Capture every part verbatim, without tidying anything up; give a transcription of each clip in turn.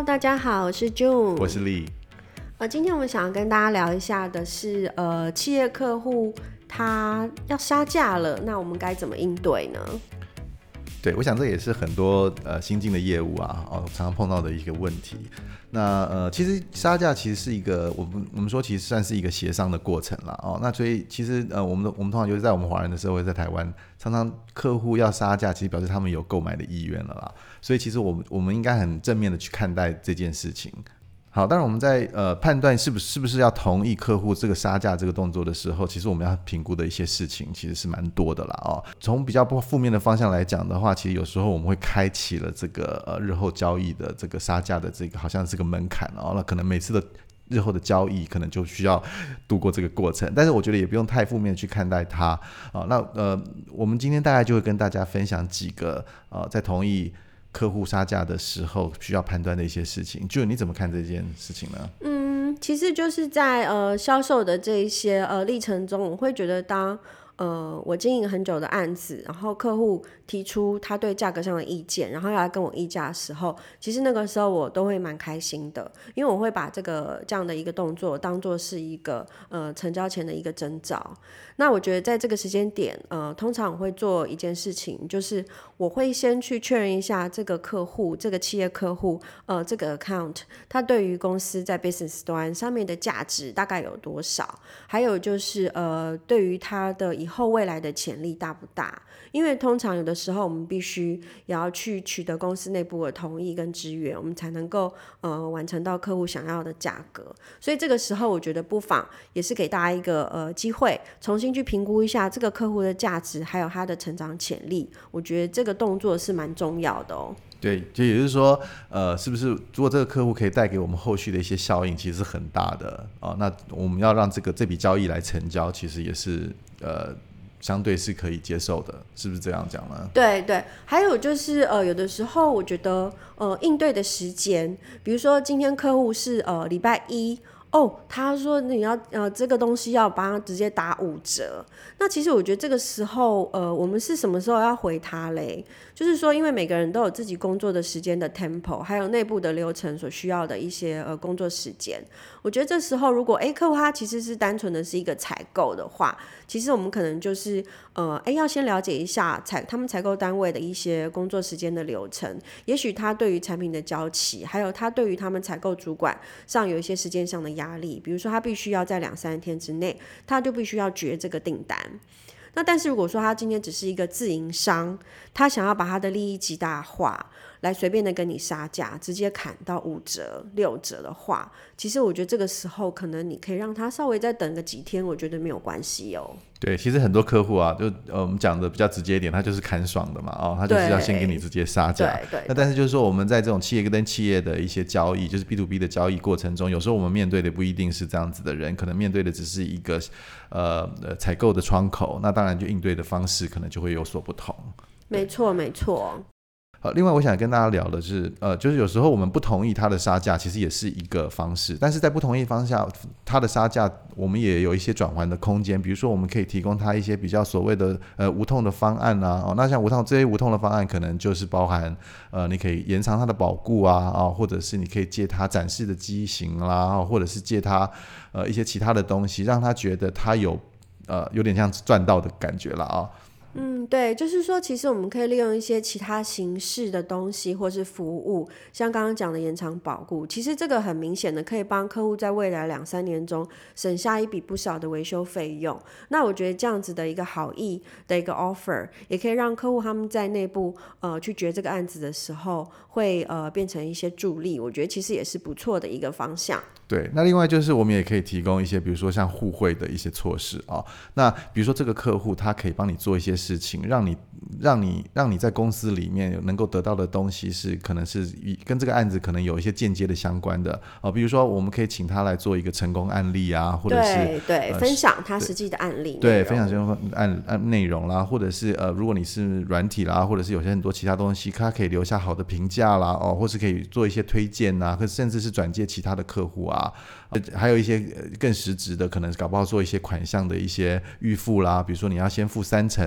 大家好，我是 June， 我是 Lee。 呃，今天我们想要跟大家聊一下的是，呃，企业客户他要杀价了，那我们该怎么应对呢？ 对，我想这也是很多呃新进的业务啊，哦，常常碰到的一个问题。那呃，其实杀价其实是一个我们我们说其实算是一个协商的过程啦，哦，那所以其实呃我们我们通常就是在我们华人的社会，在台湾，常常客户要杀价，其实表示他们有购买的意愿了啦。所以其实我们我们应该很正面的去看待这件事情。好，当然我们在呃判断是不是是不是要同意客户这个杀价这个动作的时候，其实我们要评估的一些事情其实是蛮多的啦哦。从比较不负面的方向来讲的话，其实有时候我们会开启了这个呃日后交易的这个杀价的这个好像是个门槛哦，那可能每次的日后的交易可能就需要度过这个过程，但是我觉得也不用太负面去看待它啊、哦。那呃，我们今天大概就会跟大家分享几个呃在同意客户杀价的时候需要判断的一些事情。就你怎么看这件事情呢？ 嗯，其实就是在呃销售的这一些呃历程中，我会觉得当呃我经营很久的案子，然后客户提出他对价格上的意见，然后要来跟我议价的时候，其实那个时候我都会蛮开心的，因为我会把这个这样的一个动作当作是一个呃成交前的一个征兆。那我觉得在这个时间点，呃，通常我会做一件事情，就是我会先去确认一下这个客户，这个企业客户，呃，这个 account， 他对于公司在 business 端上面的价值大概有多少，还有就是呃，对于他的以后未来的潜力大不大？因为通常有的时候我们必须也要去取得公司内部的同意跟支援，我们才能够呃完成到客户想要的价格。所以这个时候，我觉得不妨也是给大家一个呃机会，重新去评估一下这个客户的价值，还有他的成长潜力。我觉得这个动作是蛮重要的哦。 对，就也就是说，呃，是不是如果这个客户可以带给我们后续的一些效应，其实是很大的啊、哦。那我们要让这个这笔交易来成交，其实也是呃。相对是可以接受的，是不是这样讲呢？ 对对，还有就是呃，有的时候我觉得呃，应对的时间，比如说今天客户是呃礼拜一。哦，他说你要呃这个东西要帮他直接打五折，那其实我觉得这个时候呃我们是什么时候要回他嘞？就是说，因为每个人都有自己工作的时间的 tempo， 还有内部的流程所需要的一些呃工作时间。我觉得这时候如果哎客户他其实是单纯的是一个采购的话，其实我们可能就是呃哎要先了解一下采他们采购单位的一些工作时间的流程，也许他对于产品的交期，还有他对于他们采购主管上有一些时间上的压力，比如说他必须要在两三天之内，他就必须要决这个订单。那但是如果说他今天只是一个自营商，他想要把他的利益极大化，来随便的跟你杀价，直接砍到五折六折的话，其实我觉得这个时候可能你可以让他稍微再等个几天，我觉得没有关系哦。 对，其实很多客户啊，就呃我们讲的比较直接一点，他就是砍爽的嘛，哦，他就是要先给你直接杀价。 对对。 那但是就是说，我们在这种企业跟企业的一些交易，就是 B to B 的交易过程中，有时候我们面对的不一定是这样子的人，可能面对的只是一个呃采购的窗口，那当然就应对的方式可能就会有所不同。 没错，没错。 好，另外我想跟大家聊的是，呃，就是有时候我们不同意他的杀价，其实也是一个方式，但是在不同意方向，他的杀价，我们也有一些转换的空间。比如说，我们可以提供他一些比较所谓的呃无痛的方案啊，哦，那像无痛这些无痛的方案，可能就是包含呃，你可以延长他的保固啊，哦，或者是你可以借他展示的机型啦，哦，或者是借他呃一些其他的东西，让他觉得他有呃有点像赚到的感觉了啊。哦嗯，对，就是说，其实我们可以利用一些其他形式的东西，或是服务，像刚刚讲的延长保固，其实这个很明显的可以帮客户在未来两三年中省下一笔不小的维修费用。那我觉得这样子的一个好意的一个 offer， 也可以让客户他们在内部呃去决这个案子的时候，会呃变成一些助力。我觉得其实也是不错的一个方向。 对，那另外就是我们也可以提供一些，比如说像互惠的一些措施啊、哦。那比如说这个客户他可以帮你做一些事情，让你让你让你在公司里面能够得到的东西是可能是跟这个案子可能有一些间接的相关的哦。比如说我们可以请他来做一个成功案例啊，或者是对对、呃、分享他实际的案例，对， 分享相关案案内容啦，或者是呃如果你是软体啦，或者是有些很多其他东西，他可以留下好的评价啦哦，或是可以做一些推荐啊，或甚至是转接其他的客户啊。还有一些更实质的，可能搞不好做一些款项的一些预付啦，比如说你要先付三成啊，哦，你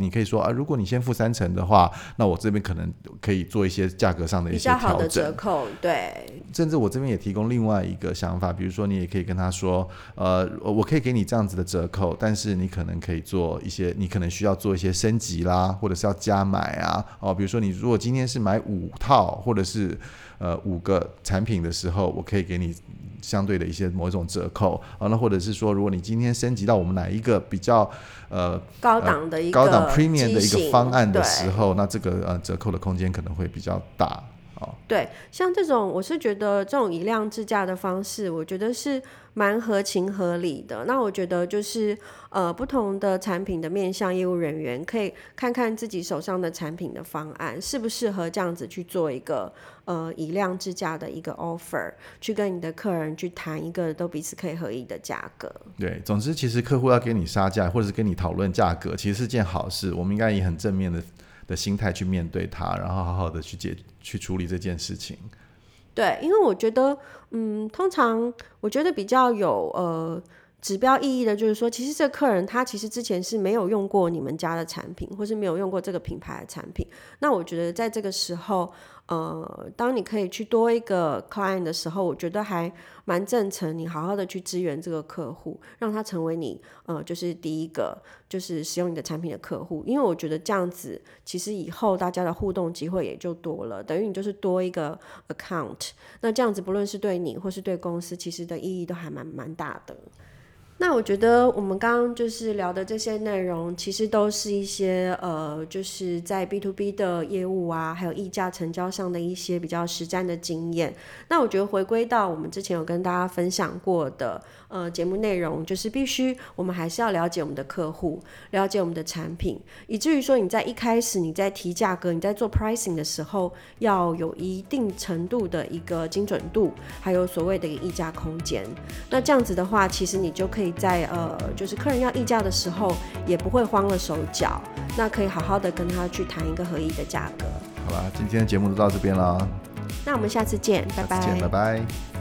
你可以说啊，如果你先付三成的话，那我这边可能可以做一些价格上的一些调整，比较好的折扣。对， 甚至我这边也提供另外一个想法，比如说你也可以跟他说，呃，我可以给你这样子的折扣，但是你可能可以做一些，你可能需要做一些升级啦，或者是要加买啊，哦，比如说你如果今天是买五套或者是呃五个产品的时候，我可以给你相对的一些某一种折扣啊，那或者是说，如果你今天升级到我们哪一个比较呃高档的一个高档 premium 的一个方案的时候， 对， 那这个呃折扣的空间可能会比较大。哦、 对，像这种我是觉得这种以量制价的方式，我觉得是蛮合情合理的。那我觉得就是呃不同的产品的面向业务人员可以看看自己手上的产品的方案适不适合这样子去做一个呃以量制价的一个 offer， 去跟你的客人去谈一个都彼此可以合意的价格。 对，总之其实客户要给你杀价或者是跟你讨论价格，其实是件好事，我们应该以很正面的的心态去面对它，然后好好的去解去处理这件事情。 对，因为我觉得嗯通常我觉得比较有呃指标意义的就是说，其实这个客人他其实之前是没有用过你们家的产品，或是没有用过这个品牌的产品，那我觉得在这个时候呃，当你可以去多一个 client 的时候，我觉得还蛮正诚，你好好的去支援这个客户，让他成为你呃就是第一个就是使用你的产品的客户，因为我觉得这样子其实以后大家的互动机会也就多了，等于你就是多一个 account， 那这样子不论是对你或是对公司，其实的意义都还蛮蛮大的。那我觉得我们刚刚就是聊的这些内容，其实都是一些呃，就是在 B to B 的业务啊，还有议价成交上的一些比较实战的经验。那我觉得回归到我们之前有跟大家分享过的呃节目内容，就是必须我们还是要了解我们的客户，了解我们的产品，以至于说你在一开始你在提价格，你在做 pricing 的时候，要有一定程度的一个精准度，还有所谓的一个议价空间。那这样子的话，其实你就可以在呃，就是客人要议价的时候，也不会慌了手脚，那可以好好的跟他去谈一个合意的价格。 好啦，今天的节目就到这边了， 那我们下次见，拜拜。 下次见，拜拜。